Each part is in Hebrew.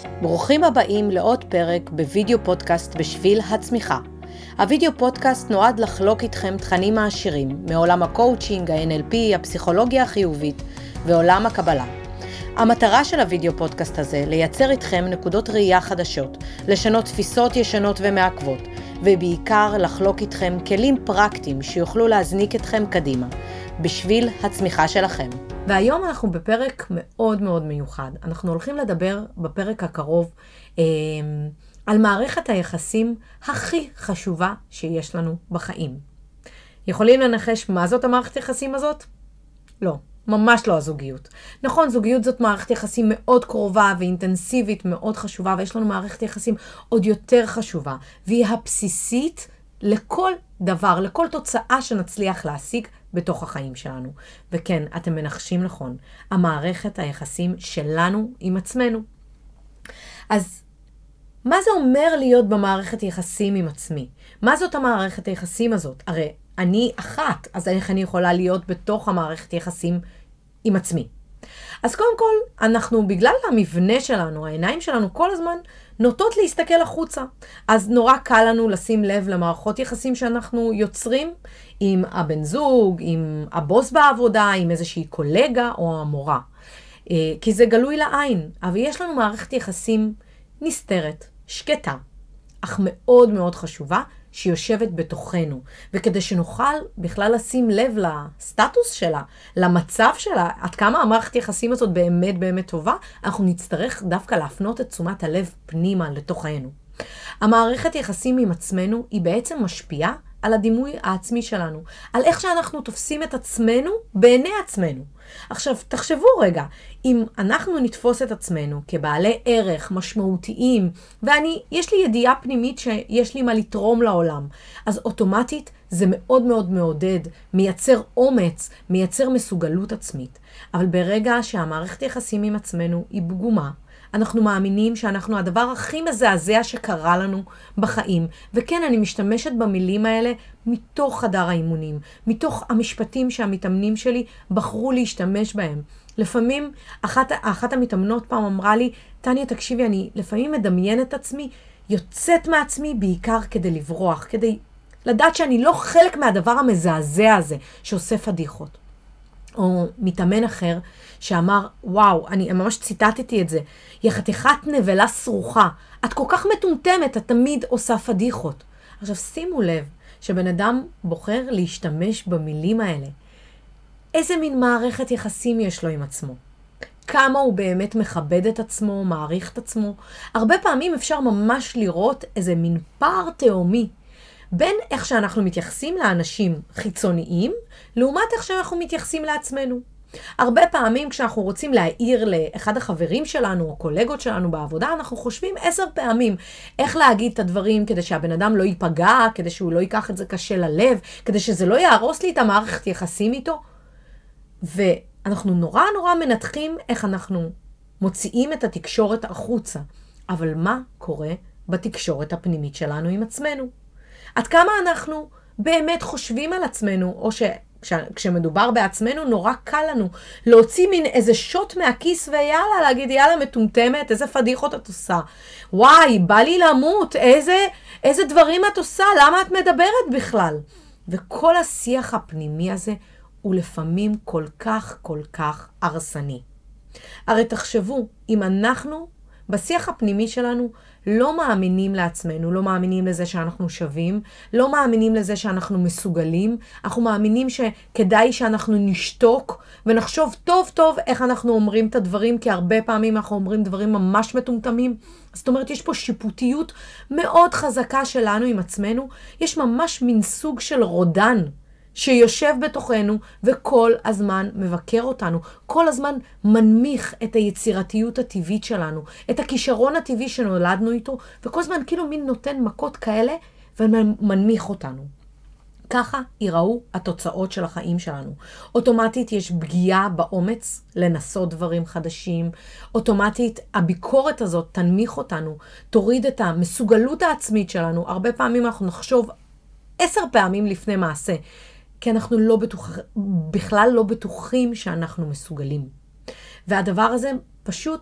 ברוכים הבאים לעוד פרק בווידאו פודקאסט בשביל הצמיחה. הווידאו פודקאסט נועד לחלוק איתכם תכנים מעשירים מעולם הקואוצ'ינג, ה-NLP, הפסיכולוגיה החיובית ועולם הקבלה. המטרה של הווידאו פודקאסט הזה לייצר איתכם נקודות ראייה חדשות, לשנות תפיסות ישנות ומעכבות, ובעיקר לחלוק איתכם כלים פרקטיים שיוכלו להזניק אתכם קדימה, בשביל הצמיחה שלכם. והיום אנחנו בפרק מאוד מאוד מיוחד. אנחנו הולכים לדבר בפרק הקרוב על מערכת היחסים הכי חשובה שיש לנו בחיים. יכולים לנחש מה זאת המערכת היחסים הזאת? לא, ממש לא הזוגיות. נכון, זוגיות זאת מערכת יחסים מאוד קרובה ואינטנסיבית, מאוד חשובה, ויש לנו מערכת יחסים עוד יותר חשובה, והיא הבסיסית לכל דבר, לכל תוצאה שנצליח להשיג בתוך החיים שלנו. וכן, אתם מנחשים נכון, המערכת היחסים שלנו עם עצמנו. אז מה זה אומר להיות במערכת יחסים עם עצמי? מה זאת המערכת היחסים הזאת? הרי אני אחת, אז איך אני יכולה להיות בתוך המערכת יחסים עם עצמי? אז קודם כל, אנחנו בגלל המבנה שלנו, העיניים שלנו כל הזמן נוטות להסתכל החוצה. אז נורא קל לנו לשים לב למערכות יחסים שאנחנו יוצרים עם הבן זוג, עם הבוס בעבודה, עם איזושהי קולגה או המורה. כי זה גלוי לעין, אבל יש לנו מערכת יחסים נסתרת, שקטה, אך מאוד מאוד חשובה, שיושבת בתוכנו. וכדי שנוכל בכלל לשים לב לסטטוס שלה, למצב שלה, עד כמה המערכת יחסים הזאת באמת באמת טובה, אנחנו נצטרך דווקא להפנות את תשומת הלב פנימה לתוכנו. המערכת יחסים עם עצמנו היא בעצם משפיעה על הדימוי העצמי שלנו, על איך שאנחנו תופסים את עצמנו בעיני עצמנו. עכשיו, תחשבו רגע, אם אנחנו נתפוס את עצמנו כבעלי ערך משמעותיים, יש לי ידיעה פנימית שיש לי מה לתרום לעולם, אז אוטומטית זה מאוד מאוד מעודד, מייצר אומץ, מייצר מסוגלות עצמית. אבל ברגע שהמערכת יחסים עם עצמנו היא פגומה, אנחנו מאמינים שאנחנו הדבר הכי מזעזע שקרה לנו בחיים. וכן, אני משתמשת במילים האלה מתוך חדר האימונים, מתוך המשפטים שהמתאמנים שלי בחרו להשתמש בהם. לפעמים, אחת המתאמנות פעם אמרה לי, טניה, תקשיבי, אני לפעמים מדמיין את עצמי, יוצאת מעצמי בעיקר כדי לברוח, כדי לדעת שאני לא חלק מהדבר המזעזע הזה שעושה פדיחות. או מתאמן אחר שאמר, וואו, אני ממש ציטטתי את זה, היא חתיכת נבלה סרוחה, את כל כך מטומטמת, את תמיד עושה פדיחות. עכשיו שימו לב, שבן אדם בוחר להשתמש במילים האלה. איזה מין מערכת יחסים יש לו עם עצמו? כמה הוא באמת מכבד את עצמו, מעריך את עצמו? הרבה פעמים אפשר ממש לראות איזה מין פער תאומי, בין איך שאנחנו מתייחסים לאנשים חיצוניים, לעומת איך שאנחנו מתייחסים לעצמנו. הרבה פעמים כשאנחנו רוצים להעיר לאחד החברים שלנו או קולגות שלנו בעבודה, אנחנו חושבים 10 פעמים איך להגיד את הדברים כדי שהבן אדם לא ייפגע, כדי שהוא לא ייקח את זה קשה ללב, כדי שזה לא יהרוס לי את המערכת יחסים איתו. ואנחנו נורא נורא מנתחים איך אנחנו מוציאים את התקשורת החוצה. אבל מה קורה בתקשורת הפנימית שלנו עם עצמנו? עד כמה אנחנו באמת חושבים על עצמנו, או כשמדובר בעצמנו נורא קל לנו להוציא מין איזה שוט מהכיס ויאללה, להגיד יאללה מטומטמת, איזה פדיחות את עושה. וואי, בא לי למות, איזה דברים את עושה, למה את מדברת בכלל? וכל השיח הפנימי הזה הוא לפעמים כל כך הרסני. הרי תחשבו, אם אנחנו בשיח הפנימי שלנו לא מאמינים לעצמנו, לא מאמינים לזה שאנחנו שווים, לא מאמינים לזה שאנחנו מסוגלים, אנחנו מאמינים שכדאי שאנחנו נשתוק ונחשוב טוב טוב איך אנחנו אומרים את הדברים, כי הרבה פעמים אנחנו אומרים דברים ממש מטומטמים. זאת אומרת, יש פה שיפוטיות מאוד חזקה שלנו עם עצמנו, יש ממש מין סוג של רודן שיושב בתוכנו וכל הזמן מבקר אותנו, כל הזמן מנמיך את היצירתיות הטבעית שלנו, את הכישרון הטבעי שנולדנו איתו, וכל הזמן כאילו מין נותן מכות כאלה ומנמיך אותנו. ככה ייראו התוצאות של החיים שלנו. אוטומטית יש פגיעה באומץ לנסות דברים חדשים, אוטומטית הביקורת הזאת תנמיך אותנו, תוריד את המסוגלות העצמית שלנו, הרבה פעמים אנחנו נחשוב 10 פעמים לפני מעשה, כי אנחנו בכלל לא בטוחים שאנחנו מסוגלים. והדבר הזה פשוט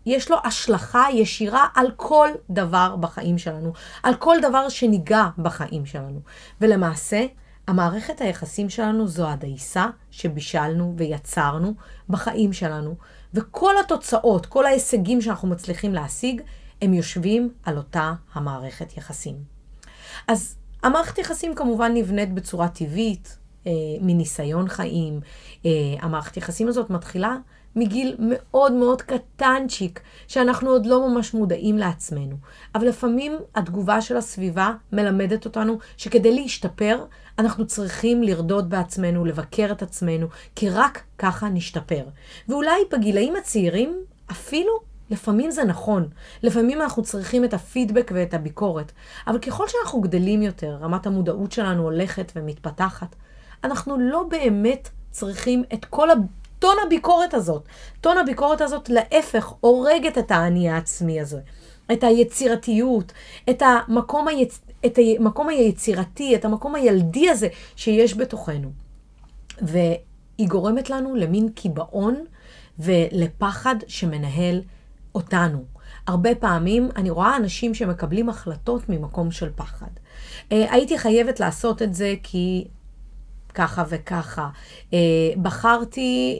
יש לו השלכה ישירה על כל דבר בחיים שלנו, על כל דבר שניגע בחיים שלנו. ולמעשה, המערכת היחסים שלנו זו הדייסה שבישלנו ויצרנו בחיים שלנו, וכל התוצאות, כל ההישגים שאנחנו מצליחים להשיג, הם יושבים על אותה המערכת יחסים. אז המערכת יחסים כמובן נבנית בצורה טבעית, מניסיון חיים. המערכת יחסים הזאת מתחילה מגיל מאוד מאוד קטנצ'יק, שאנחנו עוד לא ממש מודעים לעצמנו. אבל לפעמים התגובה של הסביבה מלמדת אותנו שכדי להשתפר, אנחנו צריכים לרדות בעצמנו, לבקר את עצמנו, כי רק ככה נשתפר. ואולי בגילאים הצעירים, אפילו לפעמים זה נכון. לפעמים אנחנו צריכים את הפידבק ואת הביקורת. אבל ככל שאנחנו גדלים יותר, רמת המודעות שלנו הולכת ומתפתחת, אנחנו לא באמת צריכים את כל טון הביקורת הזאת. טון הביקורת הזאת להפך הורגת את האני העצמי הזה. את היצירתיות, את המקום היצירתי, את המקום הילדי הזה שיש בתוכנו. והיא גורמת לנו למין קיבעון ולפחד שמנהל אותנו. הרבה פעמים אני רואה אנשים שמקבלים החלטות ממקום של פחד. הייתי חייבת לעשות את זה כי ככה וככה. בחרתי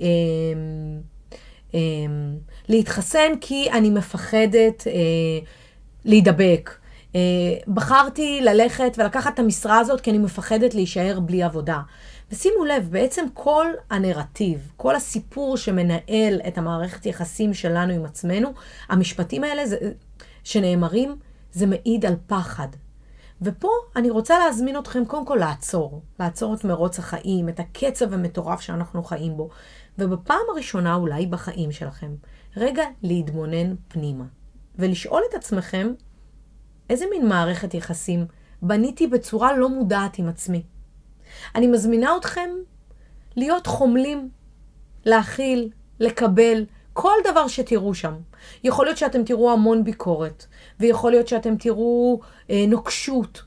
להתחסן כי אני מפחדת להידבק. בחרתי ללכת ולקחת את המשרה הזאת כי אני מפחדת להישאר בלי עבודה. ושימו לב, בעצם כל הנרטיב, כל הסיפור שמנהל את המערכת יחסים שלנו עם עצמנו, המשפטים האלה שנאמרים, זה מעיד על פחד. ופה אני רוצה להזמין אתכם קודם כל לעצור את מרוץ החיים, את הקצב המטורף שאנחנו חיים בו, ובפעם הראשונה אולי בחיים שלכם, רגע להתבונן פנימה, ולשאול את עצמכם, איזה מין מערכת יחסים בניתי בצורה לא מודעת עם עצמי? אני מזמינה אתכם להיות חומלים, להכיל, לקבל, כל דבר שתראו שם. יכול להיות שאתם תראו המון ביקורת, ויכול להיות שאתם תראו נוקשות,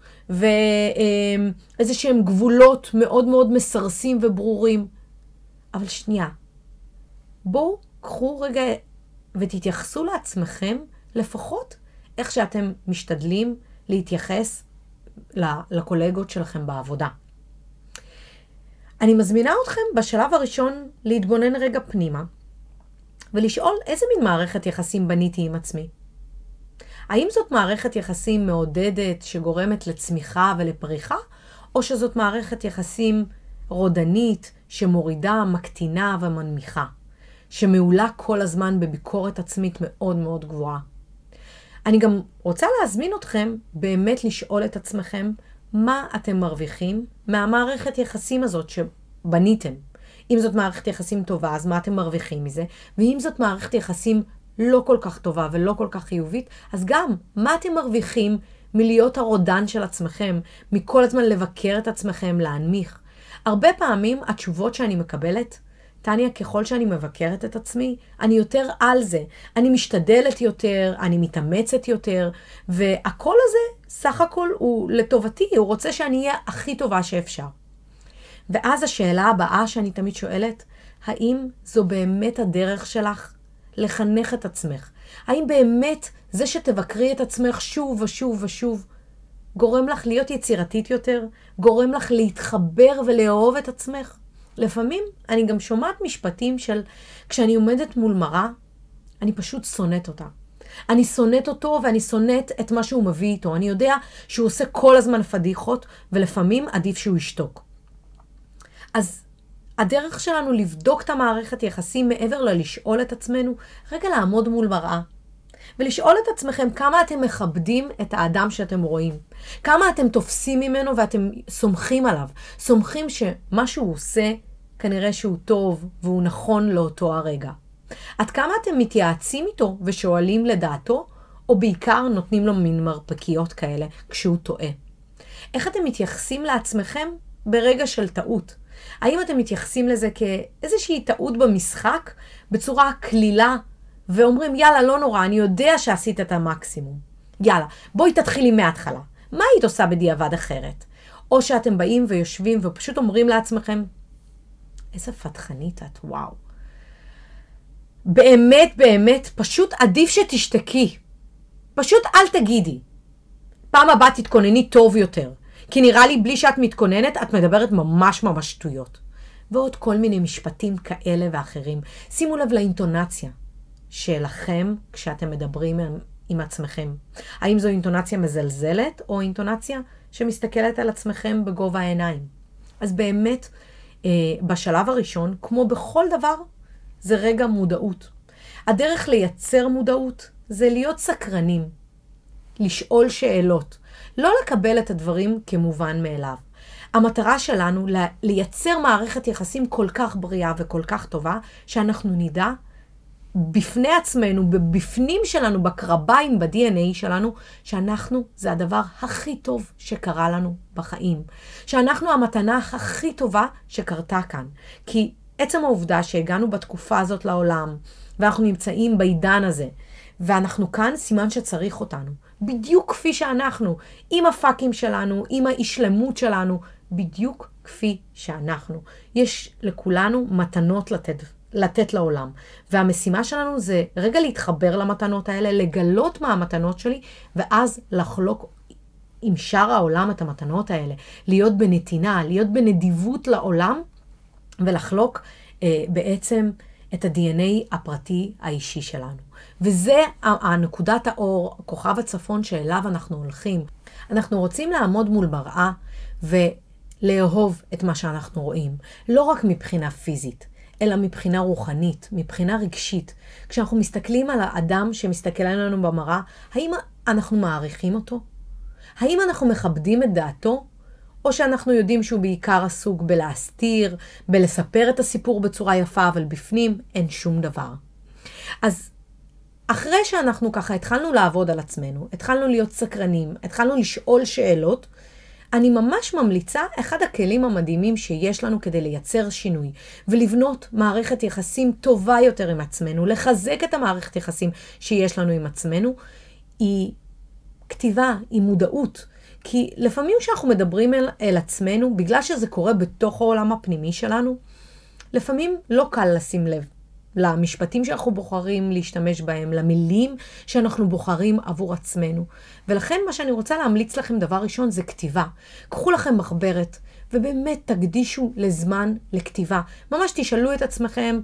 ואיזה שהם גבולות מאוד מאוד מסרסים וברורים. אבל שנייה, בואו קחו רגע ותתייחסו לעצמכם, לפחות איך שאתם משתדלים להתייחס לקולגות שלכם בעבודה. אני מזמינה אתכם בשלב הראשון להתבונן רגע פנימה, ולשאול איזה מין מערכת יחסים בניתי עם עצמי. האם זאת מערכת יחסים מעודדת שגורמת לצמיחה ולפריחה, או שזאת מערכת יחסים רודנית שמורידה, מקטינה ומנמיכה, שמעולה כל הזמן בביקורת עצמית מאוד מאוד גבוהה. אני גם רוצה להזמין אתכם באמת לשאול את עצמכם מה אתם מרוויחים מהמערכת יחסים הזאת שבניתם. אם זאת מערכת יחסים טובה, אז מה אתם מרוויחים מזה? ואם זאת מערכת יחסים לא כל כך טובה ולא כל כך חיובית, אז גם מה אתם מרוויחים מלהיות הרודן של עצמכם, מכל הזמן לבקר את עצמכם, להנמיך. הרבה פעמים התשובות שאני מקבלת, טניה, ככל שאני מבקרת את עצמי, אני יותר על זה. אני משתדלת יותר, אני מתאמצת יותר, והכל הזה, סך הכל, הוא לטובתי, הוא רוצה שאני אהיה הכי טובה שאפשר. ואז השאלה הבאה שאני תמיד שואלת, האם זו באמת הדרך שלך לחנך את עצמך? האם באמת זה שתבקרי את עצמך שוב ושוב ושוב, גורם לך להיות יצירתית יותר? גורם לך להתחבר ולאהוב את עצמך? לפעמים אני גם שומעת משפטים של, כשאני עומדת מול מראה, אני פשוט שונאת אותה. אני שונאת אותו ואני שונאת את מה שהוא מביא איתו. אני יודע שהוא עושה כל הזמן פדיחות, ולפעמים עדיף שהוא ישתוק. אז הדרך שלנו לבדוק את המערכת יחסים מעבר ללשאול את עצמנו, רגע לעמוד מול מראה. ולשאול את עצמכם כמה אתם מכבדים את האדם שאתם רואים. כמה אתם תופסים ממנו ואתם סומכים עליו. סומכים שמה שהוא עושה כנראה שהוא טוב והוא נכון לאותו הרגע. עד כמה אתם מתייעצים איתו ושואלים לדעתו, או בעיקר נותנים לו מין מרפקיות כאלה כשהוא טועה. איך אתם מתייחסים לעצמכם ברגע של טעות? האם אתם מתייחסים לזה כאיזושהי טעות במשחק בצורה כלילה, ואומרים יאללה לא נורא, אני יודע שעשית את המקסימום. יאללה, בואי תתחילי מההתחלה. מה היית עושה בדיעבד אחרת? או שאתם באים ויושבים ופשוט אומרים לעצמכם, איזה פתחנית את, וואו. באמת, באמת, פשוט עדיף שתשתקי. פשוט אל תגידי. פעם הבאה תתכונני טוב יותר. כי נראה לי בלי שאת מתכוננת, את מדברת ממש ממש שטויות. ועוד כל מיני משפטים כאלה ואחרים. שימו לב לאינטונציה שלכם כשאתם מדברים עם עצמכם. האם זו אינטונציה מזלזלת או אינטונציה שמסתכלת על עצמכם בגובה העיניים? אז באמת, בשלב הראשון, כמו בכל דבר, זה רגע מודעות. הדרך לייצר מודעות זה להיות סקרנים, לשאול שאלות, לא לקבל את הדברים כמובן מאליו. המטרה שלנו לייצר מערכת יחסים כל כך בריאה וכל כך טובה, שאנחנו נדע בפני עצמנו, בפנים שלנו, בקרביים, ב-DNA שלנו, שאנחנו זה הדבר הכי טוב שקרה לנו בחיים. שאנחנו המתנה הכי טובה שקרתה כאן. כי עצם העובדה שהגענו בתקופה הזאת לעולם, ואנחנו נמצאים בעידן הזה, ואנחנו כאן, סימן שצריך אותנו. בדיוק כפי שאנחנו, עם הפאקים שלנו, עם האשלמות שלנו, בדיוק כפי שאנחנו. יש לכולנו מתנות לתת לעולם. והמשימה שלנו זה רגע להתחבר למתנות האלה, לגלות מה המתנות שלי, ואז לחלוק עם שאר העולם את המתנות האלה. להיות בנתינה, להיות בנדיבות לעולם, ולחלוק בעצם את ה-DNA הפרטי האישי שלנו. וזה הנקודת האור, כוכב הצפון שאליו אנחנו הולכים. אנחנו רוצים לעמוד מול מראה ולאהוב את מה שאנחנו רואים. לא רק מבחינה פיזית, אלא מבחינה רוחנית, מבחינה רגשית. כשאנחנו מסתכלים על האדם שמסתכל עלינו במראה, האם אנחנו מעריכים אותו? האם אנחנו מכבדים את דעתו? או שאנחנו יודעים שהוא בעיקר עסוק בלהסתיר, בלספר את הסיפור בצורה יפה, אבל בפנים אין שום דבר. אז אחרי שאנחנו ככה התחלנו לעבוד על עצמנו, התחלנו להיות סקרנים, התחלנו לשאול שאלות, אני ממש ממליצה אחד הכלים המדהימים שיש לנו כדי לייצר שינוי, ולבנות מערכת יחסים טובה יותר עם עצמנו, לחזק את המערכת יחסים שיש לנו עם עצמנו, היא כתיבה, היא מודעות. כי לפעמים כשאנחנו מדברים אל עצמנו, בגלל שזה קורה בתוך העולם הפנימי שלנו, לפעמים לא קל לשים לב למשפטים שאנחנו בוחרים להשתמש בהם, למילים שאנחנו בוחרים עבור עצמנו. ולכן מה שאני רוצה להמליץ לכם דבר ראשון זה כתיבה. קחו לכם מחברת ובאמת תקדישו לזמן לכתיבה. ממש תשאלו את עצמכם,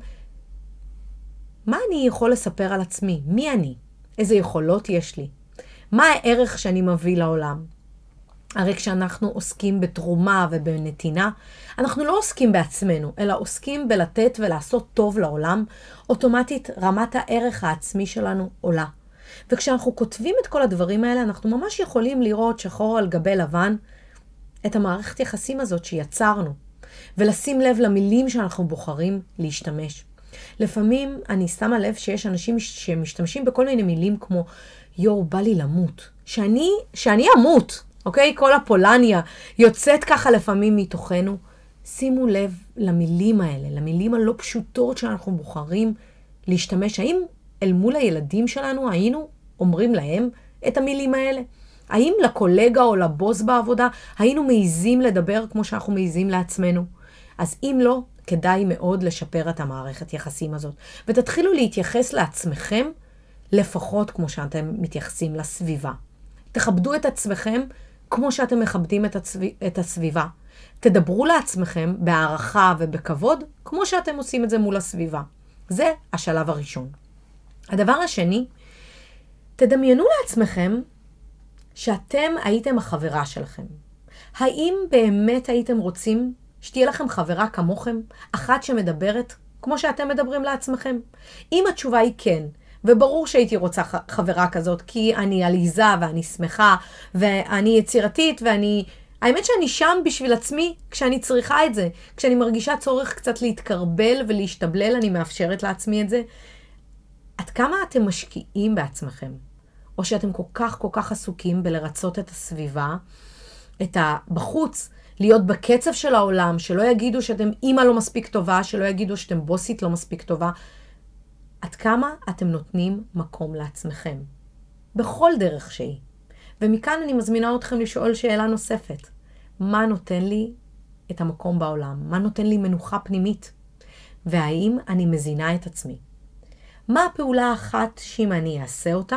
מה אני יכול לספר על עצמי? מי אני? איזה יכולות יש לי? מה הערך שאני מביא לעולם? הרי כשאנחנו עוסקים בתרומה ובנתינה, אנחנו לא עוסקים בעצמנו, אלא עוסקים בלתת ולעשות טוב לעולם, אוטומטית רמת הערך העצמי שלנו עולה. וכשאנחנו כותבים את כל הדברים האלה, אנחנו ממש יכולים לראות שחור על גבי לבן את המערכת יחסים הזאת שיצרנו, ולשים לב למילים שאנחנו בוחרים להשתמש. לפעמים אני שמה לב שיש אנשים שמשתמשים בכל מיני מילים כמו, בא לי למות, שאני אמות. אוקיי? כל הפולניה יוצאת ככה לפעמים מתוכנו. שימו לב למילים האלה, למילים הלא פשוטות שאנחנו בוחרים להשתמש. האם אל מול הילדים שלנו היינו אומרים להם את המילים האלה? האם לקולגה או לבוס בעבודה היינו מעיזים לדבר כמו שאנחנו מעיזים לעצמנו? אז אם לא, כדאי מאוד לשפר את המערכת יחסים הזאת. ותתחילו להתייחס לעצמכם לפחות כמו שאתם מתייחסים לסביבה. תכבדו את עצמכם כמו שאתם מכבדים את הסביבה. תדברו לעצמכם בהערכה ובכבוד, כמו שאתם עושים את זה מול הסביבה. זה השלב הראשון. הדבר השני, תדמיינו לעצמכם שאתם הייתם החברה שלכם. האם באמת הייתם רוצים שתהיה לכם חברה כמוכם, אחת שמדברת כמו שאתם מדברים לעצמכם? אם התשובה היא כן, וברור שהייתי רוצה חברה כזאת, כי אני עליזה ואני שמחה, ואני יצירתית, האמת שאני שם בשביל עצמי כשאני צריכה את זה. כשאני מרגישה צורך קצת להתקרבל ולהשתבלל, אני מאפשרת לעצמי את זה. עד כמה אתם משקיעים בעצמכם? או שאתם כל כך עסוקים בלרצות את הסביבה, בחוץ, להיות בקצב של העולם, שלא יגידו שאתם אימא לא מספיק טובה, שלא יגידו שאתם בוסית לא מספיק טובה. עד כמה אתם נותנים מקום לעצמכם? בכל דרך שהיא. ומכאן אני מזמינה אתכם לשאול שאלה נוספת. מה נותן לי את המקום בעולם? מה נותן לי מנוחה פנימית? והאם אני מזינה את עצמי? מה הפעולה האחת שאם אני אעשה אותה?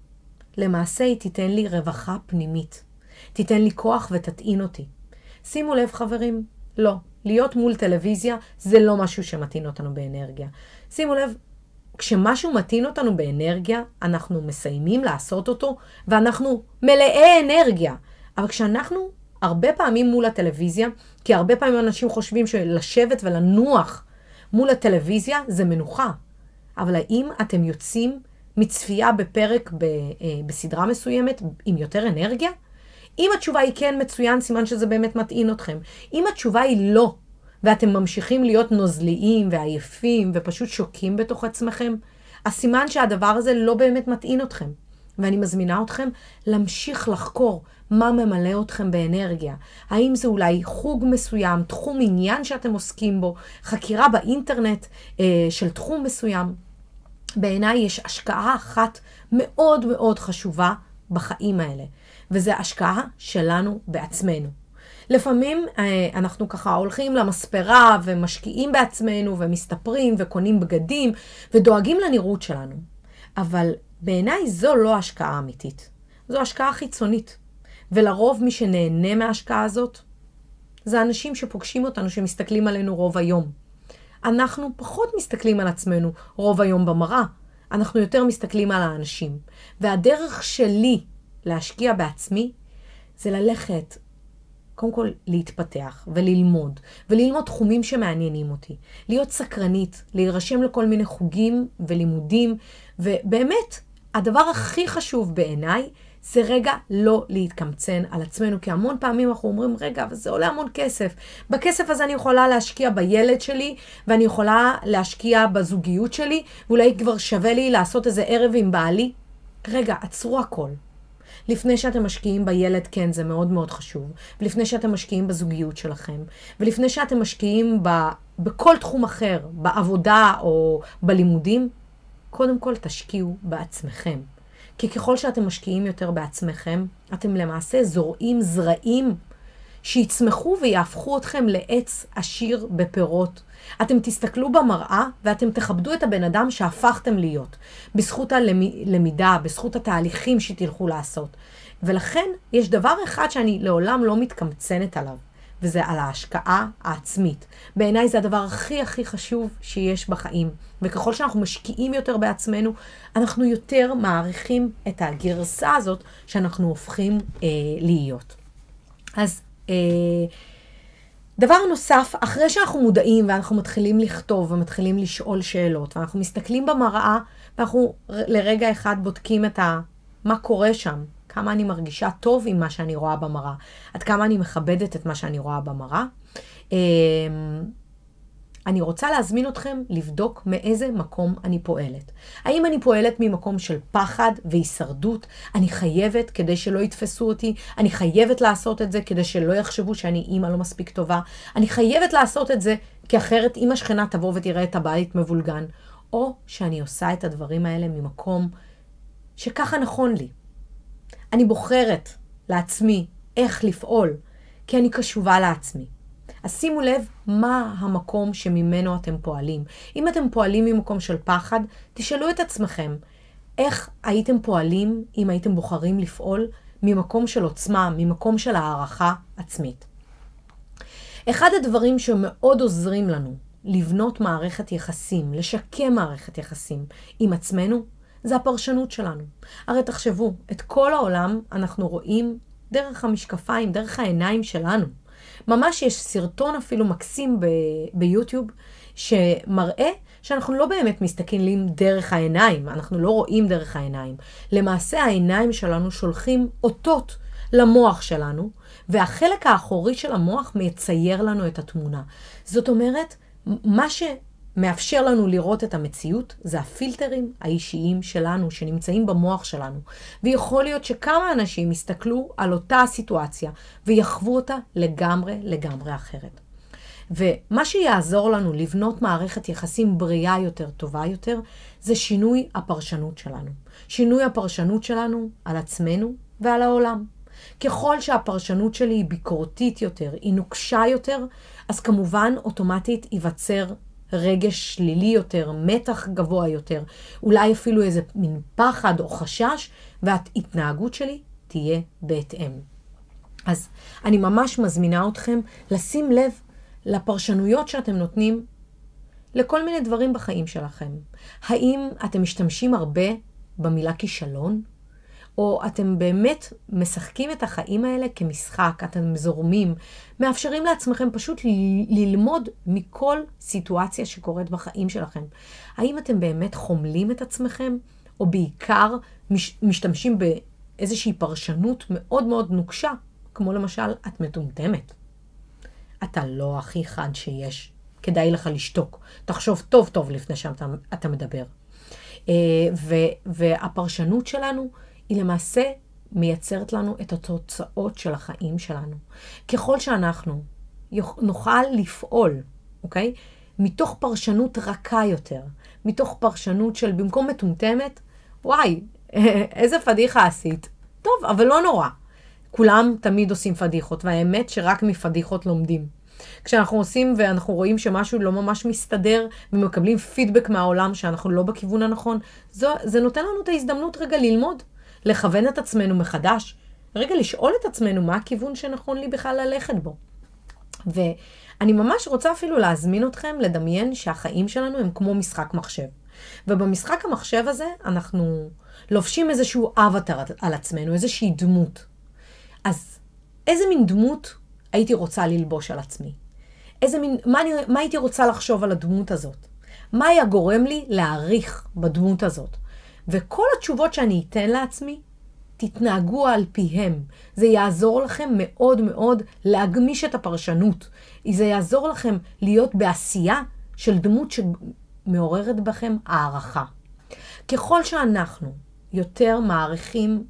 למעשה היא תיתן לי רווחה פנימית. תיתן לי כוח ותטעין אותי. שימו לב חברים, לא. להיות מול טלוויזיה זה לא משהו שמתאים אותנו באנרגיה. שימו לב, כשמשהו מתאים אותנו באנרגיה, אנחנו מסיימים לעשות אותו, ואנחנו מלאי אנרגיה. אבל כשאנחנו הרבה פעמים מול הטלוויזיה, כי הרבה פעמים אנשים חושבים שלשבת ולנוח מול הטלוויזיה זה מנוחה. אבל האם אתם יוצאים מצפייה בפרק בסדרה מסוימת עם יותר אנרגיה? אם התשובה היא כן מצוין, סימן שזה באמת מתאים אתכם. אם התשובה היא לא, ואתם ממשיכים להיות נוזליים ועייפים ופשוט שוקים בתוך עצמכם, הסימן שהדבר הזה לא באמת מתאים אתכם. ואני מזמינה אתכם להמשיך לחקור מה ממלא אתכם באנרגיה. האם זה אולי חוג מסוים, תחום עניין שאתם עוסקים בו, חקירה באינטרנט של תחום מסוים. בעיניי יש השקעה אחת מאוד מאוד חשובה בחיים האלה, וזה השקעה שלנו בעצמנו. לפעמים אנחנו ככה הולכים למספרה ומשקיעים בעצמנו ומסתפרים וקונים בגדים ודואגים לנראות שלנו. אבל בעיניי זו לא השקעה אמיתית. זו השקעה חיצונית. ולרוב מי שנהנה מההשקעה הזאת, זה אנשים שפוגשים אותנו, שמסתכלים עלינו רוב היום. אנחנו פחות מסתכלים על עצמנו רוב היום במראה. אנחנו יותר מסתכלים על האנשים. והדרך שלי להשקיע בעצמי, זה ללכת, קודם כל להתפתח וללמוד, וללמוד תחומים שמעניינים אותי. להיות סקרנית, להירשם לכל מיני חוגים ולימודים, ובאמת, הדבר הכי חשוב בעיניי, זה רגע לא להתקמצן על עצמנו, כי המון פעמים אנחנו אומרים, רגע, אבל זה עולה המון כסף. בכסף הזה אני יכולה להשקיע בילד שלי, ואני יכולה להשקיע בזוגיות שלי, ואולי כבר שווה לי לעשות איזה ערב עם בעלי. רגע, עצרו הכל. לפני שאתם משקיעים בילד, כן, זה מאוד מאוד חשוב. ולפני שאתם משקיעים בזוגיות שלכם, ולפני שאתם משקיעים בכל תחום אחר, בעבודה או בלימודים, קודם כל תשקיעו בעצמכם. כי ככל שאתם משקיעים יותר בעצמכם, אתם למעשה זורעים זרעים שיצמחו ויהפכו אתכם לעץ עשיר בפירות. אתם תסתכלו במראה ואתם תכבדו את הבן אדם שהפכתם להיות, בזכות הלמידה, בזכות התהליכים שתלכו לעשות. ולכן יש דבר אחד שאני לעולם לא מתקמצנת עליו, וזה על ההשקעה העצמית. בעיניי זה הדבר הכי הכי חשוב שיש בחיים. וככל שאנחנו משקיעים יותר בעצמנו, אנחנו יותר מעריכים את הגרסה הזאת שאנחנו הופכים להיות. אז דבר נוסף, אחרי שאנחנו מודעים ואנחנו מתחילים לכתוב ומתחילים לשאול שאלות, ואנחנו מסתכלים במראה ואנחנו לרגע אחד בודקים מה קורה שם, כמה אני מרגישה טוב עם מה שאני רואה במראה, עד כמה אני מכבדת את מה שאני רואה במראה. אני רוצה להזמין אתכם לבדוק מאיזה מקום אני פועלת. האם אני פועלת ממקום של פחד והישרדות? אני חייבת כדי שלא יתפסו אותי? אני חייבת לעשות את זה כדי שלא יחשבו שאני אימא לא מספיק טובה? אני חייבת לעשות את זה כי אחרת אמא שכנה תבוא ותראה את הבית מבולגן? או שאני עושה את הדברים האלה ממקום שככה נכון לי. אני בוחרת לעצמי איך לפעול, כי אני קשובה לעצמי. אז שימו לב מה המקום שממנו אתם פועלים. אם אתם פועלים ממקום של פחד, תשאלו את עצמכם, איך הייתם פועלים אם הייתם בוחרים לפעול ממקום של עוצמה, ממקום של הערכה עצמית. אחד הדברים שמאוד עוזרים לנו לבנות מערכת יחסים, לשקם מערכת יחסים עם עצמנו, זה הפרשנות שלנו. הרי תחשבו, את כל העולם אנחנו רואים דרך המשקפיים, דרך העיניים שלנו. ממש יש סרטון אפילו מקסים ביוטיוב שמראה שאנחנו לא באמת מסתכלים דרך העיניים, אנחנו לא רואים דרך העיניים. למעשה העיניים שלנו שולחים אותות למוח שלנו, והחלק האחורי של המוח מצייר לנו את התמונה. זאת אומרת, מה שמאפשר לנו לראות את המציאות זה הפילטרים האישיים שלנו שנמצאים במוח שלנו. ויכול להיות שכמה אנשים יסתכלו על אותה הסיטואציה ויחוו אותה לגמרי אחרת. ומה שיעזור לנו לבנות מערכת יחסים בריאה יותר, טובה יותר, זה שינוי הפרשנות שלנו. שינוי הפרשנות שלנו על עצמנו ועל העולם. ככל שהפרשנות שלי היא ביקורתית יותר, היא נוקשה יותר, אז כמובן אוטומטית ייווצר רגש שלילי יותר, מתח גבוה יותר, אולי אפילו איזה מין פחד או חשש, וההתנהגות שלי תהיה בהתאם. אז אני ממש מזמינה אתכם לשים לב לפרשנויות שאתם נותנים לכל מיני דברים בחיים שלכם. האם אתם משתמשים הרבה במילה כישלון? או אתם באמת משחקים את החיים האלה כמשחק, אתם זורמים, מאפשרים לעצמכם פשוט ללמוד מכל סיטואציה שקורית בחיים שלכם. האם אתם באמת חומלים את עצמכם, או בעיקר משתמשים באיזושהי פרשנות מאוד מאוד נוקשה, כמו למשל, את מטומטמת. אתה לא הכי חד שיש, כדאי לך לשתוק. תחשוב טוב טוב לפני שאתה מדבר. והפרשנות שלנו היא למעשה מייצרת לנו את התוצאות של החיים שלנו. ככל שאנחנו נוכל לפעול, אוקיי? מתוך פרשנות רכה יותר, מתוך פרשנות של במקום מטומטמת, וואי, איזה פדיחה עשית. טוב, אבל לא נורא. כולם תמיד עושים פדיחות, והאמת שרק מפדיחות לומדים. כשאנחנו עושים ואנחנו רואים שמשהו לא ממש מסתדר, ומקבלים פידבק מהעולם שאנחנו לא בכיוון הנכון, זה נותן לנו את ההזדמנות רגע ללמוד, לכוון את עצמנו מחדש, רגע לשאול את עצמנו מה הכיוון שנכון לי בכלל ללכת בו. ואני ממש רוצה אפילו להזמין אתכם לדמיין שהחיים שלנו הם כמו משחק מחשב. ובמשחק המחשב הזה אנחנו לובשים איזשהו אבטר על עצמנו, איזושהי דמות. אז איזה מין דמות הייתי רוצה ללבוש על עצמי? מה הייתי רוצה לחשוב על הדמות הזאת? מה היה גורם לי להעריך בדמות הזאת? וכל התשובות שאני אתן לעצמי, תתנהגו על פיהם. זה יעזור לכם מאוד מאוד להגמיש את הפרשנות. זה יעזור לכם להיות בעשייה של דמות שמעוררת בכם הערכה. ככל שאנחנו יותר מעריכים,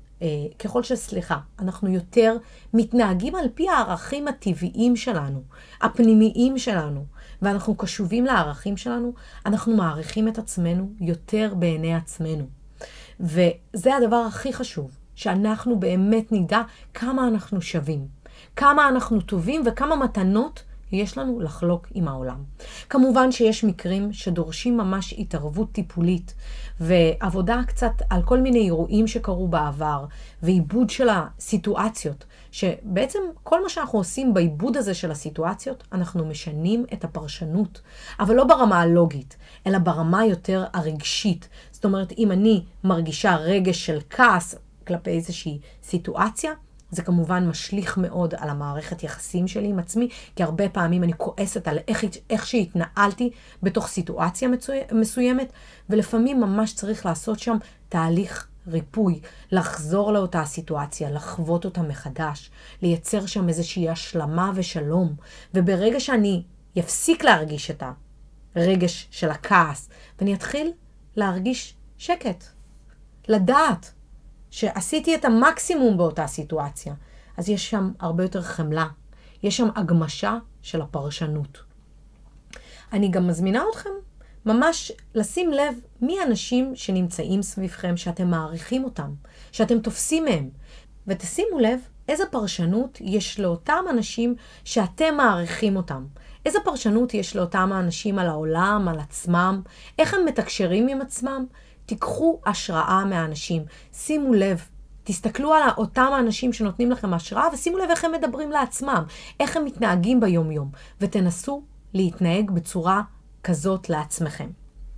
אנחנו יותר מתנהגים על פי הערכים הטבעיים שלנו, הפנימיים שלנו, ואנחנו קשובים לערכים שלנו, אנחנו מעריכים את עצמנו יותר בעיני עצמנו. וזה הדבר הכי חשוב, שאנחנו באמת נדע כמה אנחנו שווים, כמה אנחנו טובים וכמה מתנות יש לנו לחלוק עם העולם. כמובן שיש מקרים שדורשים ממש התערבות טיפולית, ועבודה קצת על כל מיני אירועים שקרו בעבר, ועיבוד של הסיטואציות, שבעצם כל מה שאנחנו עושים בעיבוד הזה של הסיטואציות, אנחנו משנים את הפרשנות, אבל לא ברמה הלוגית, אלא ברמה יותר הרגשית. זאת אומרת, אם אני מרגישה רגש של כעס כלפי איזושהי סיטואציה, זה כמובן משליך מאוד על המערכת יחסים שלי עם עצמי, כי הרבה פעמים אני כועסת על איך שהתנהלתי בתוך סיטואציה מסוימת, ולפעמים ממש צריך לעשות שם תהליך ריפוי, לחזור לאותה סיטואציה, לחוות אותה מחדש, לייצר שם איזושהי השלמה ושלום, וברגע שאני יפסיק להרגיש את הרגש של הכעס, ואני אתחיל להרגיש שקט, לדעת, שעשיתי את המקסימום באותה סיטואציה, אז יש שם הרבה יותר חמלה, יש שם הגמשה של הפרשנות. אני גם מזמינה אתכם ממש לשים לב מי האנשים שנמצאים סביבכם, שאתם מעריכים אותם, שאתם תופסים מהם, ותשימו לב איזה פרשנות יש לאותם אנשים שאתם מעריכים אותם. איזה פרשנות יש לאותם האנשים על העולם, על עצמם, איך הם מתקשרים עם עצמם. תיקחו השראה מהאנשים, שימו לב, תסתכלו על אותם האנשים שנותנים לכם השראה, ושימו לב איך הם מדברים לעצמם, איך הם מתנהגים ביום יום, ותנסו להתנהג בצורה כזאת לעצמכם.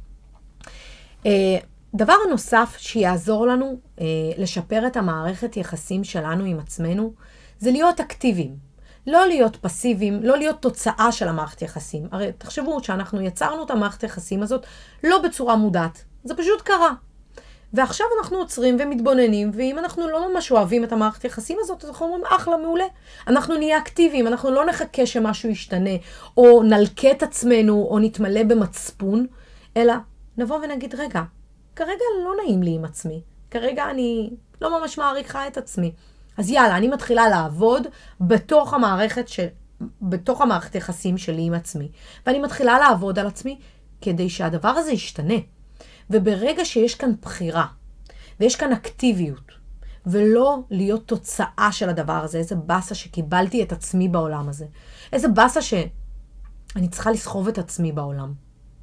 דבר נוסף שיעזור לנו לשפר את המערכת יחסים שלנו עם עצמנו, זה להיות אקטיביים. לא להיות פסיביים, לא להיות תוצאה של המערכת יחסים. הרי תחשבו שאנחנו יצרנו את המערכת יחסים הזאת לא בצורה מודעת. זה פשוט קרה. ועכשיו אנחנו עוצרים ומתבוננים, ואם אנחנו לא ממש אוהבים את המערכת יחסים הזאת, אז אנחנו אומרים, אחלה, מעולה. אנחנו נהיה אקטיביים, אנחנו לא נחכה שמשהו ישתנה, או נלקה את עצמנו, או נתמלא במצפון, אלא נבוא ונגיד, רגע, כרגע לא נעים לי עם עצמי. כרגע אני לא ממש מעריכה את עצמי. אז יאללה, אני מתחילה לעבוד בתוך המערכת יחסים שלי עם עצמי. ואני מתחילה לעבוד על עצמי כדי שהדבר הזה ישתנה. וברגע שיש כאן בחירה, ויש כאן אקטיביות, ולא להיות תוצאה של הדבר הזה, איזה בסה שקיבלתי את עצמי בעולם הזה, איזה בסה שאני צריכה לסחוב את עצמי בעולם.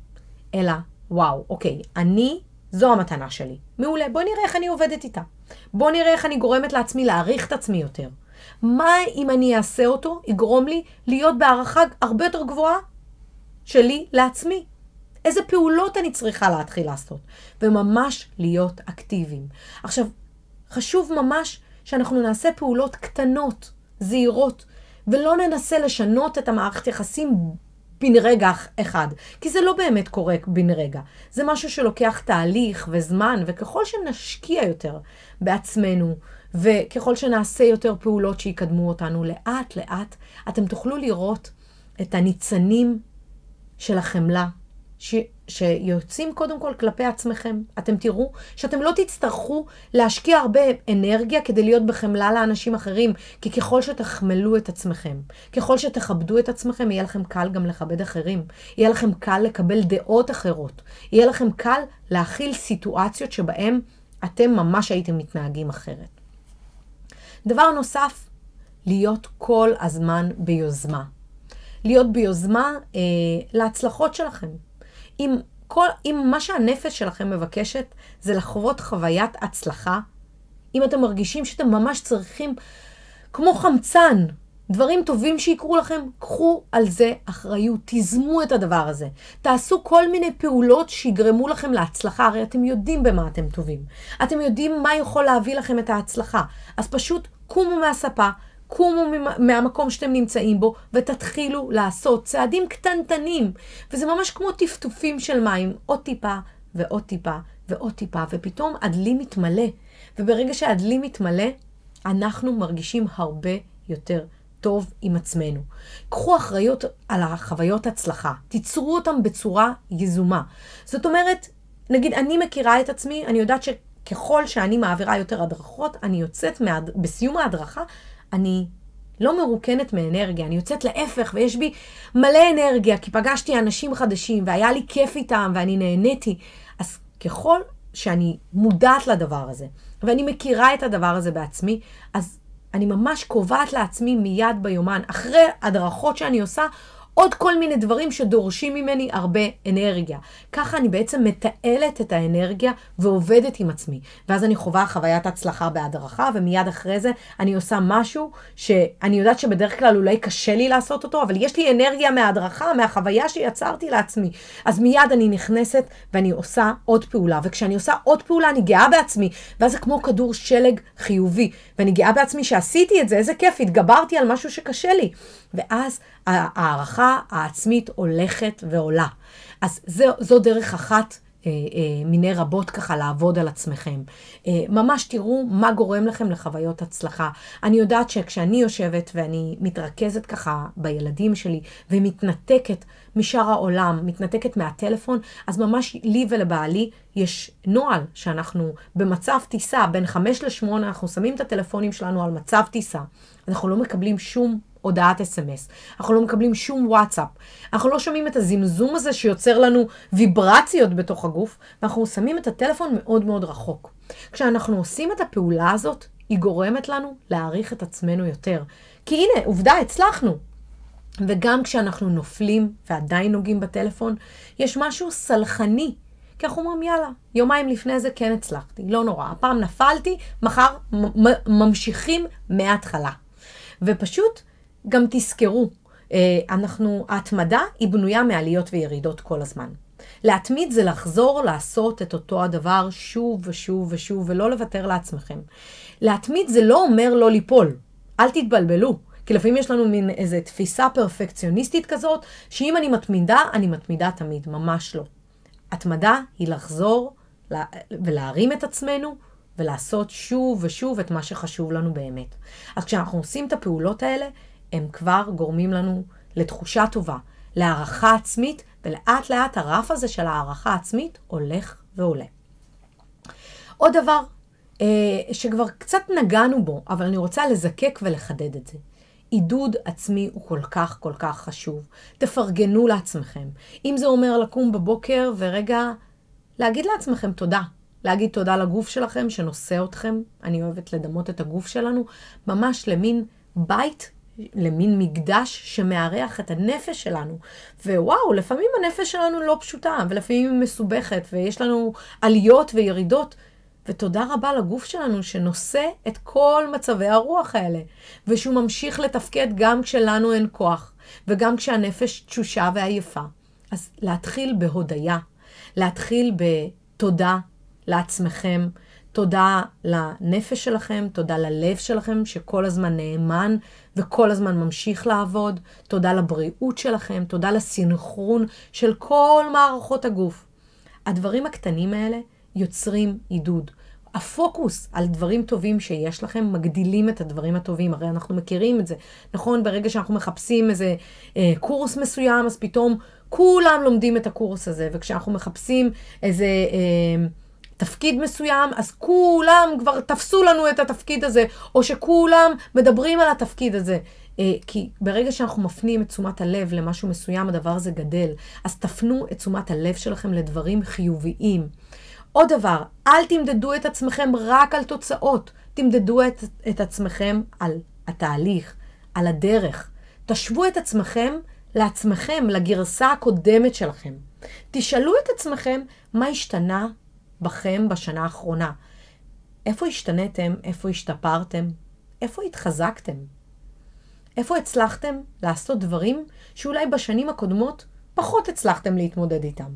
אלא, וואו, אוקיי, זו המתנה שלי. מעולה, בוא נראה איך אני עובדת איתה. בוא נראה איך אני גורמת לעצמי להעריך את עצמי יותר. מה אם אני אעשה אותו, יגרום לי להיות בהערכה הרבה יותר גבוהה שלי לעצמי? איזה פעולות אני צריכה להתחיל לעשות? וממש להיות אקטיביים. עכשיו, חשוב ממש שאנחנו נעשה פעולות קטנות, זהירות, ולא ננסה לשנות את המערכת יחסים בן רגע אחד. כי זה לא באמת קורה בן רגע. זה משהו שלוקח תהליך וזמן, וככל שנשקיע יותר בעצמנו, וככל שנעשה יותר פעולות שיקדמו אותנו לאט לאט, אתם תוכלו לראות את הניצנים של החמלה, שיוצאים קודם כל כלפי עצמכם. אתם תראו שאתם לא תצטרכו להשקיע הרבה אנרגיה כדי להיות בחמלה לאנשים אחרים, כי ככל שתחמלו את עצמכם, ככל שתכבדו את עצמכם, יהיה לכם קל גם לכבד אחרים. יהיה לכם קל לקבל דעות אחרות. יהיה לכם קל להכיל סיטואציות שבהם אתם ממש הייתם מתנהגים אחרת. דבר נוסף, להיות כל הזמן ביוזמה. להיות ביוזמה להצלחות שלכם. אם מה שהנפש שלכם מבקשת זה לחוות חוויית הצלחה, אם אתם מרגישים שאתם ממש צריכים כמו חמצן, דברים טובים שיקרו לכם, קחו על זה אחריות, תזמו את הדבר הזה. תעשו כל מיני פעולות שיגרמו לכם להצלחה, הרי אתם יודעים במה אתם טובים. אתם יודעים מה יכול להביא לכם את ההצלחה. אז פשוט קומו מהספה, קומו מהמקום שאתם נמצאים בו, ותתחילו לעשות צעדים קטנטנים. וזה ממש כמו טפטופים של מים, עוד טיפה ועוד טיפה ועוד טיפה, ופתאום הדלי מתמלא. וברגע שהדלי מתמלא, אנחנו מרגישים הרבה יותר טוב עם עצמנו. קחו אחריות על החוויות הצלחה. תיצרו אותם בצורה יזומה. זאת אומרת, נגיד, אני מכירה את עצמי, אני יודעת שככל שאני מעבירה יותר הדרכות, אני יוצאת בסיום ההדרכה, אני לא מרוקנת מאנרגיה, אני יוצאת להפך ויש בי מלא אנרגיה, כי פגשתי אנשים חדשים והיה לי כיף איתם ואני נהניתי. אז ככל שאני מודעת לדבר הזה, ואני מכירה את הדבר הזה בעצמי, אז אני ממש קובעת לעצמי מיד ביומן, אחרי הדרכות שאני עושה, עוד כל מיני דברים שדורשים ממני הרבה אנרגיה. ככה אני בעצם מתעלת את האנרגיה ועובדת עם עצמי. ואז אני חווה חוויית הצלחה בהדרכה, ומיד אחרי זה אני עושה משהו שאני יודעת שבדרך כלל אולי קשה לי לעשות אותו, אבל יש לי אנרגיה מההדרכה, מהחוויה שיצרתי לעצמי. אז מיד אני נכנסת ואני עושה עוד פעולה. וכשאני עושה עוד פעולה אני גאה בעצמי, ואז זה כמו כדור שלג חיובי. ואני גאה בעצמי שעשיתי את זה, איזה כיף, התגברתי על משהו שקשה לי. ואז הערכה העצמית הולכת ועולה. אז זו דרך אחת מיני רבות ככה לעבוד על עצמכם. ממש תראו מה גורם לכם לחוויות הצלחה. אני יודעת שכשאני יושבת ואני מתרכזת ככה בילדים שלי ומתנתקת משאר העולם, מתנתקת מהטלפון, אז ממש לי ולבעלי יש נועל שאנחנו במצב טיסה, בין 5 ל-8 אנחנו שמים את הטלפונים שלנו על מצב טיסה. אנחנו לא מקבלים שום הודעת SMS. אנחנו לא מקבלים שום וואטסאפ. אנחנו לא שומעים את הזמזום הזה שיוצר לנו ויברציות בתוך הגוף, ואנחנו שמים את הטלפון מאוד מאוד רחוק. כשאנחנו עושים את הפעולה הזאת, היא גורמת לנו להעריך את עצמנו יותר. כי הנה, עובדה, הצלחנו. וגם כשאנחנו נופלים ועדיין נוגעים בטלפון, יש משהו סלחני. כי אנחנו אומרים, יאללה, יומיים לפני זה כן הצלחתי, לא נורא. הפעם נפלתי, מחר ממשיכים מההתחלה. ופשוט גם תזכרו, ההתמדה היא בנויה מעליות וירידות כל הזמן. להתמיד זה לחזור לעשות את אותו הדבר שוב ושוב ושוב, ולא לוותר לעצמכם. להתמיד זה לא אומר לא ליפול. אל תתבלבלו. כי לפעמים יש לנו מין איזו תפיסה פרפקציוניסטית כזאת, שאם אני מתמידה, אני מתמידה תמיד. ממש לא. התמדה היא לחזור ולהרים את עצמנו, ולעשות שוב ושוב את מה שחשוב לנו באמת. אז כשאנחנו עושים את הפעולות האלה, הם כבר גורמים לנו לתחושה טובה, להערכה עצמית, ולאט לאט הרף הזה של הערכה עצמית הולך ועולה. עוד דבר שכבר קצת נגענו בו, אבל אני רוצה לזקק ולחדד את זה. עידוד עצמי הוא כל כך כל כך חשוב. תפרגנו לעצמכם. אם זה אומר לקום בבוקר ורגע להגיד לעצמכם תודה. להגיד תודה לגוף שלכם שנושא אתכם. אני אוהבת לדמות את הגוף שלנו. ממש למין בית למין מקדש שמארח את הנפש שלנו. ווואו, לפעמים הנפש שלנו לא פשוטה, ולפעמים היא מסובכת, ויש לנו עליות וירידות, ותודה רבה לגוף שלנו שנושא את כל מצבי הרוח האלה, ושהוא ממשיך לתפקד גם כשלנו אין כוח, וגם כשהנפש תשושה ועייפה. אז להתחיל בהודיה, להתחיל בתודה לעצמכם, תודה לנפש שלכם, תודה ללב שלכם שכל הזמן נאמן וכל הזמן ממשיך לעבוד, תודה לבריאות שלכם, תודה לסינכרון של כל מערכות הגוף. הדברים הקטנים האלה יוצרים עידוד. הפוקוס על דברים טובים שיש לכם מגדילים את הדברים הטובים, הרי אנחנו מכירים את זה, נכון? ברגע שאנחנו מחפשים איזה קורס מסוים, אז פתאום כולם לומדים את הקורס הזה, וכשאנחנו מחפשים איזה תפקיד מסוים, אז כולם כבר תפסו לנו את התפקיד הזה, או שכולם מדברים על התפקיד הזה. כי ברגע שאנחנו מפנים את תשומת הלב למשהו מסוים, הדבר הזה גדל. אז תפנו את תשומת הלב שלכם לדברים חיוביים. עוד דבר, אל תמדדו את עצמכם רק על תוצאות. תמדדו את עצמכם על התהליך, על הדרך. תשוו את עצמכם לעצמכם, לגרסה הקודמת שלכם. תשאלו את עצמכם מה השתנה בכם בשנה האחרונה. איפה השתנתם? איפה השתפרתם? איפה התחזקתם? איפה הצלחתם לעשות דברים שאולי בשנים הקודמות פחות הצלחתם להתמודד איתם?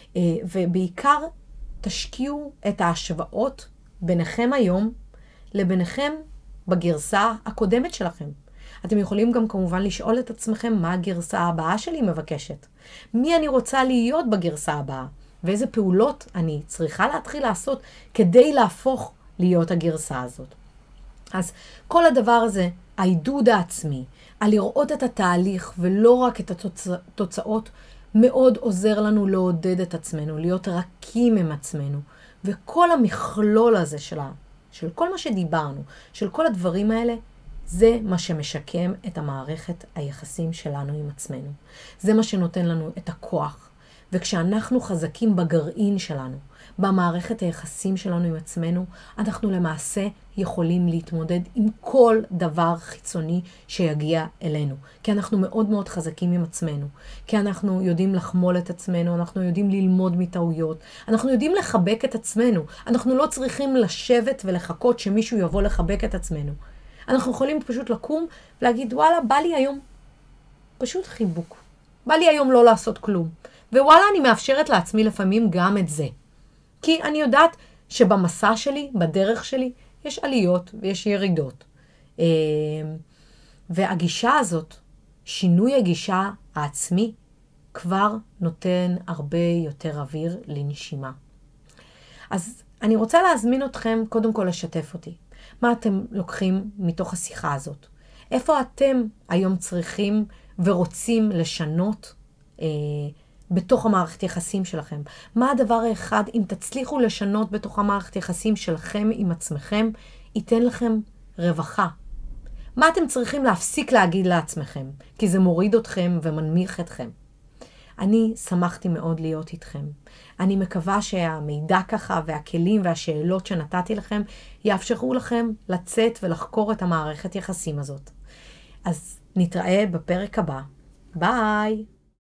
ובעיקר תשקיעו את ההשוואות ביניכם היום לביניכם בגרסה הקודמת שלכם. אתם יכולים גם כמובן לשאול את עצמכם מה הגרסה הבאה שלי מבקשת. מי אני רוצה להיות בגרסה הבאה? ואיזה פעולות אני צריכה להתחיל לעשות כדי להפוך להיות הגרסה הזאת. אז כל הדבר הזה, העידוד העצמי, על לראות את התהליך ולא רק את התוצאות, מאוד עוזר לנו לעודד את עצמנו, להיות רכים עם עצמנו. וכל המכלול הזה של כל מה שדיברנו, של כל הדברים האלה, זה מה שמשקם את המערכת היחסים שלנו עם עצמנו. זה מה שנותן לנו את הכוח. וכשאנחנו חזקים בגרעין שלנו, במערכת היחסים שלנו עם עצמנו, אנחנו למעשה יכולים להתמודד עם כל דבר חיצוני שיגיע אלינו. כי אנחנו מאוד מאוד חזקים עם עצמנו. כי אנחנו יודעים לחמול את עצמנו, אנחנו יודעים ללמוד מטעויות, אנחנו יודעים לחבק את עצמנו. אנחנו לא צריכים לשבת ולחכות שמישהו יבוא לחבק את עצמנו. אנחנו יכולים פשוט לקום ולהגיד, וואלה, בא לי היום פשוט חיבוק. בא לי היום לא לעשות כלום. ווואלה, אני מאפשרת לעצמי לפעמים גם את זה. כי אני יודעת שבמסע שלי, בדרך שלי, יש עליות ויש ירידות. והגישה הזאת, שינוי הגישה העצמי, כבר נותן הרבה יותר אוויר לנשימה. אז אני רוצה להזמין אתכם קודם כל לשתף אותי. מה אתם לוקחים מתוך השיחה הזאת? איפה אתם היום צריכים ורוצים לשנות בתוך המערכת יחסים שלכם? מה הדבר האחד, אם תצליחו לשנות בתוך המערכת יחסים שלכם עם עצמכם, ייתן לכם רווחה? מה אתם צריכים להפסיק להגיד לעצמכם? כי זה מוריד אתכם ומנמיך אתכם. אני שמחתי מאוד להיות איתכם. אני מקווה שהמידע ככה והכלים והשאלות שנתתי לכם יאפשרו לכם לצאת ולחקור את המערכת יחסים הזאת. אז נתראה בפרק הבא. ביי!